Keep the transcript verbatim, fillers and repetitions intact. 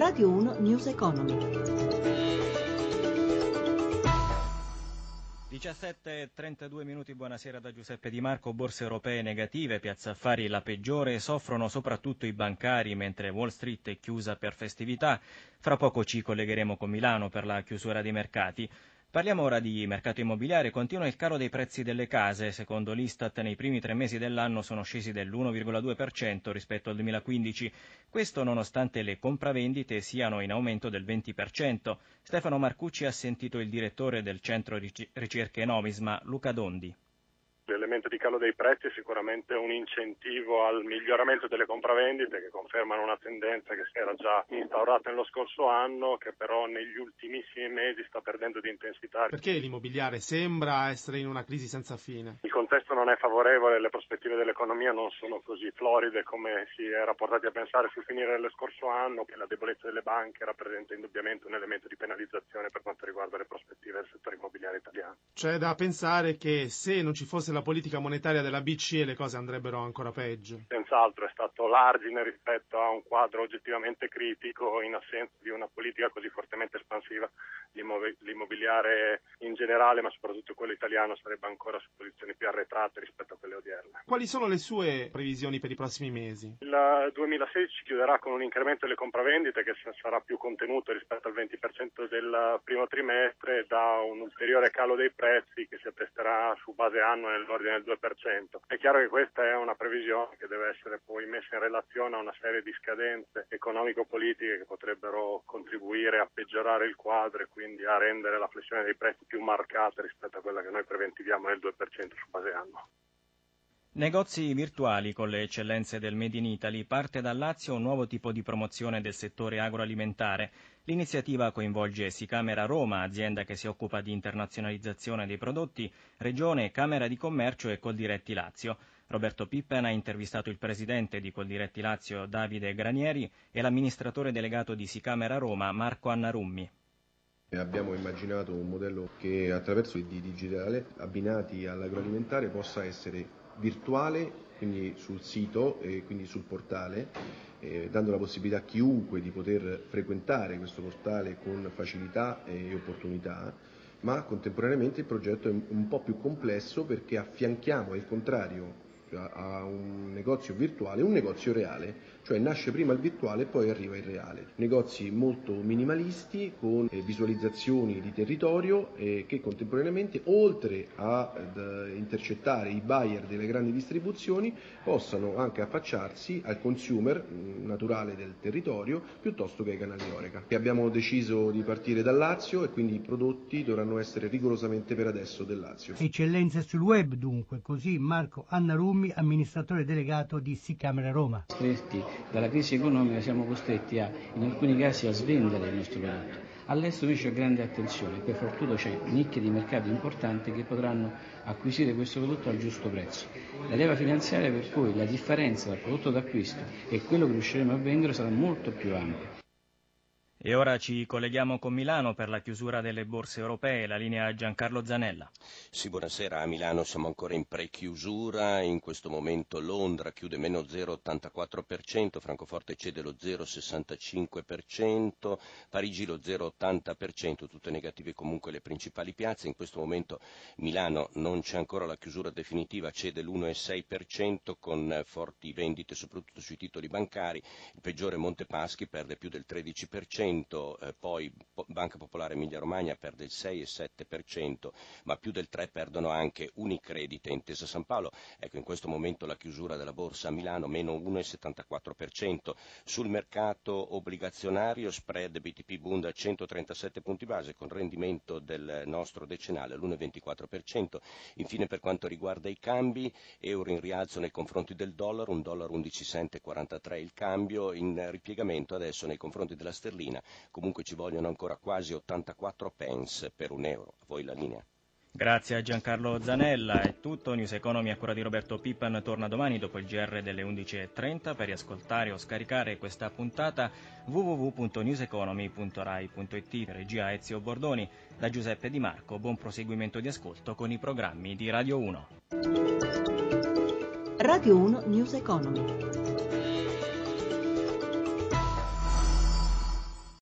Radio uno News Economy. diciassette e trentadue minuti, buonasera da Giuseppe Di Marco. Borse europee negative, Piazza Affari la peggiore, soffrono soprattutto i bancari mentre Wall Street è chiusa per festività. Fra poco ci collegheremo con Milano per la chiusura dei mercati. Parliamo ora di mercato immobiliare. Continua il calo dei prezzi delle case. Secondo l'Istat nei primi tre mesi dell'anno sono scesi dell'uno virgola due per cento rispetto al duemilaquindici. Questo nonostante le compravendite siano in aumento del venti per cento. Stefano Marcucci ha sentito il direttore del Centro Ricerche Nomisma, Luca Dondi. L'elemento di calo dei prezzi è sicuramente un incentivo al miglioramento delle compravendite che confermano una tendenza che si era già instaurata nello scorso anno, che però negli ultimissimi mesi sta perdendo di intensità. Perché l'immobiliare sembra essere in una crisi senza fine? Il contesto non è favorevole, le prospettive dell'economia non sono così floride come si era portati a pensare sul finire dello scorso anno, che la debolezza delle banche rappresenta indubbiamente un elemento di penalizzazione per quanto riguarda le prospettive del settore immobiliare italiano. C'è da pensare che se non ci fosse la politica monetaria della B C E le cose andrebbero ancora peggio. Senz'altro è stato l'argine rispetto a un quadro oggettivamente critico in assenza di una politica così fortemente espansiva. L'immobiliare in generale, ma soprattutto quello italiano, sarebbe ancora su posizioni più arretrate rispetto a quelle odierne. Quali sono le sue previsioni per i prossimi mesi? Il duemilasedici chiuderà con un incremento delle compravendite che sarà più contenuto rispetto al venti per cento del primo trimestre, da un ulteriore calo dei prezzi che si attesterà su base annua nell'ordine del due per cento. È chiaro che questa è una previsione che deve essere poi messa in relazione a una serie di scadenze economico-politiche che potrebbero contribuire a peggiorare il quadro e quindi a rendere la flessione dei prezzi più marcata rispetto a quella che noi preventiviamo nel due per cento su base annua. Negozi virtuali con le eccellenze del Made in Italy. Parte dal Lazio un nuovo tipo di promozione del settore agroalimentare. L'iniziativa coinvolge Sicamera Roma, azienda che si occupa di internazionalizzazione dei prodotti, Regione, Camera di Commercio e Coldiretti Lazio. Roberto Pippen ha intervistato il presidente di Coldiretti Lazio, Davide Granieri, e l'amministratore delegato di Sicamera Roma, Marco Annarummi. Abbiamo immaginato un modello che attraverso il digitale abbinati all'agroalimentare possa essere virtuale, quindi sul sito e quindi sul portale, eh, dando la possibilità a chiunque di poter frequentare questo portale con facilità e opportunità, ma contemporaneamente il progetto è un po' più complesso perché affianchiamo il contrario a un negozio virtuale, un negozio reale, cioè nasce prima il virtuale e poi arriva il reale. Negozi molto minimalisti con visualizzazioni di territorio eh, che contemporaneamente, oltre ad intercettare i buyer delle grandi distribuzioni, possano anche affacciarsi al consumer mh, naturale del territorio piuttosto che ai canali Horeca. E abbiamo deciso di partire dal Lazio e quindi i prodotti dovranno essere rigorosamente per adesso del Lazio. Eccellenze sul web dunque, così Marco Annarummi, amministratore delegato di Sicamera Roma. Stretti dalla crisi economica siamo costretti a, in alcuni casi, a svendere il nostro prodotto. All'estero invece c'è grande attenzione, per fortuna c'è nicchie di mercato importanti che potranno acquisire questo prodotto al giusto prezzo. La leva finanziaria per cui la differenza tra prodotto d'acquisto e quello che riusciremo a vendere sarà molto più ampia. E ora ci colleghiamo con Milano per la chiusura delle borse europee, la linea Giancarlo Zanella. Sì, buonasera. A Milano siamo ancora in pre-chiusura, in questo momento Londra chiude meno zero virgola ottantaquattro per cento, Francoforte cede lo zero virgola sessantacinque per cento, Parigi lo zero virgola ottanta per cento, tutte negative comunque le principali piazze. In questo momento Milano non c'è ancora la chiusura definitiva, cede l'uno virgola sei per cento con forti vendite soprattutto sui titoli bancari, il peggiore Montepaschi perde più del tredici per cento, Eh, poi Banca Popolare Emilia Romagna perde il sei virgola sette per cento, ma più del tre per cento perdono anche Unicredit e Intesa San Paolo. Ecco, in questo momento la chiusura della borsa a Milano meno uno virgola settantaquattro per cento. Sul mercato obbligazionario spread B T P Bund a centotrentasette punti base con rendimento del nostro decennale all'uno virgola ventiquattro per cento. Infine, per quanto riguarda i cambi, euro in rialzo nei confronti del dollaro, un dollaro undici virgola quarantatré il cambio, in ripiegamento adesso nei confronti della sterlina. Comunque ci vogliono ancora quasi ottantaquattro pence per un euro. A voi la linea. Grazie a Giancarlo Zanella. È tutto. News Economy a cura di Roberto Pippan torna domani dopo il G R delle undici e trenta. Per riascoltare o scaricare questa puntata w w w punto news economy punto rai punto it. Regia Ezio Bordoni. Da Giuseppe Di Marco. Buon proseguimento di ascolto con i programmi di Radio uno. Radio uno News Economy.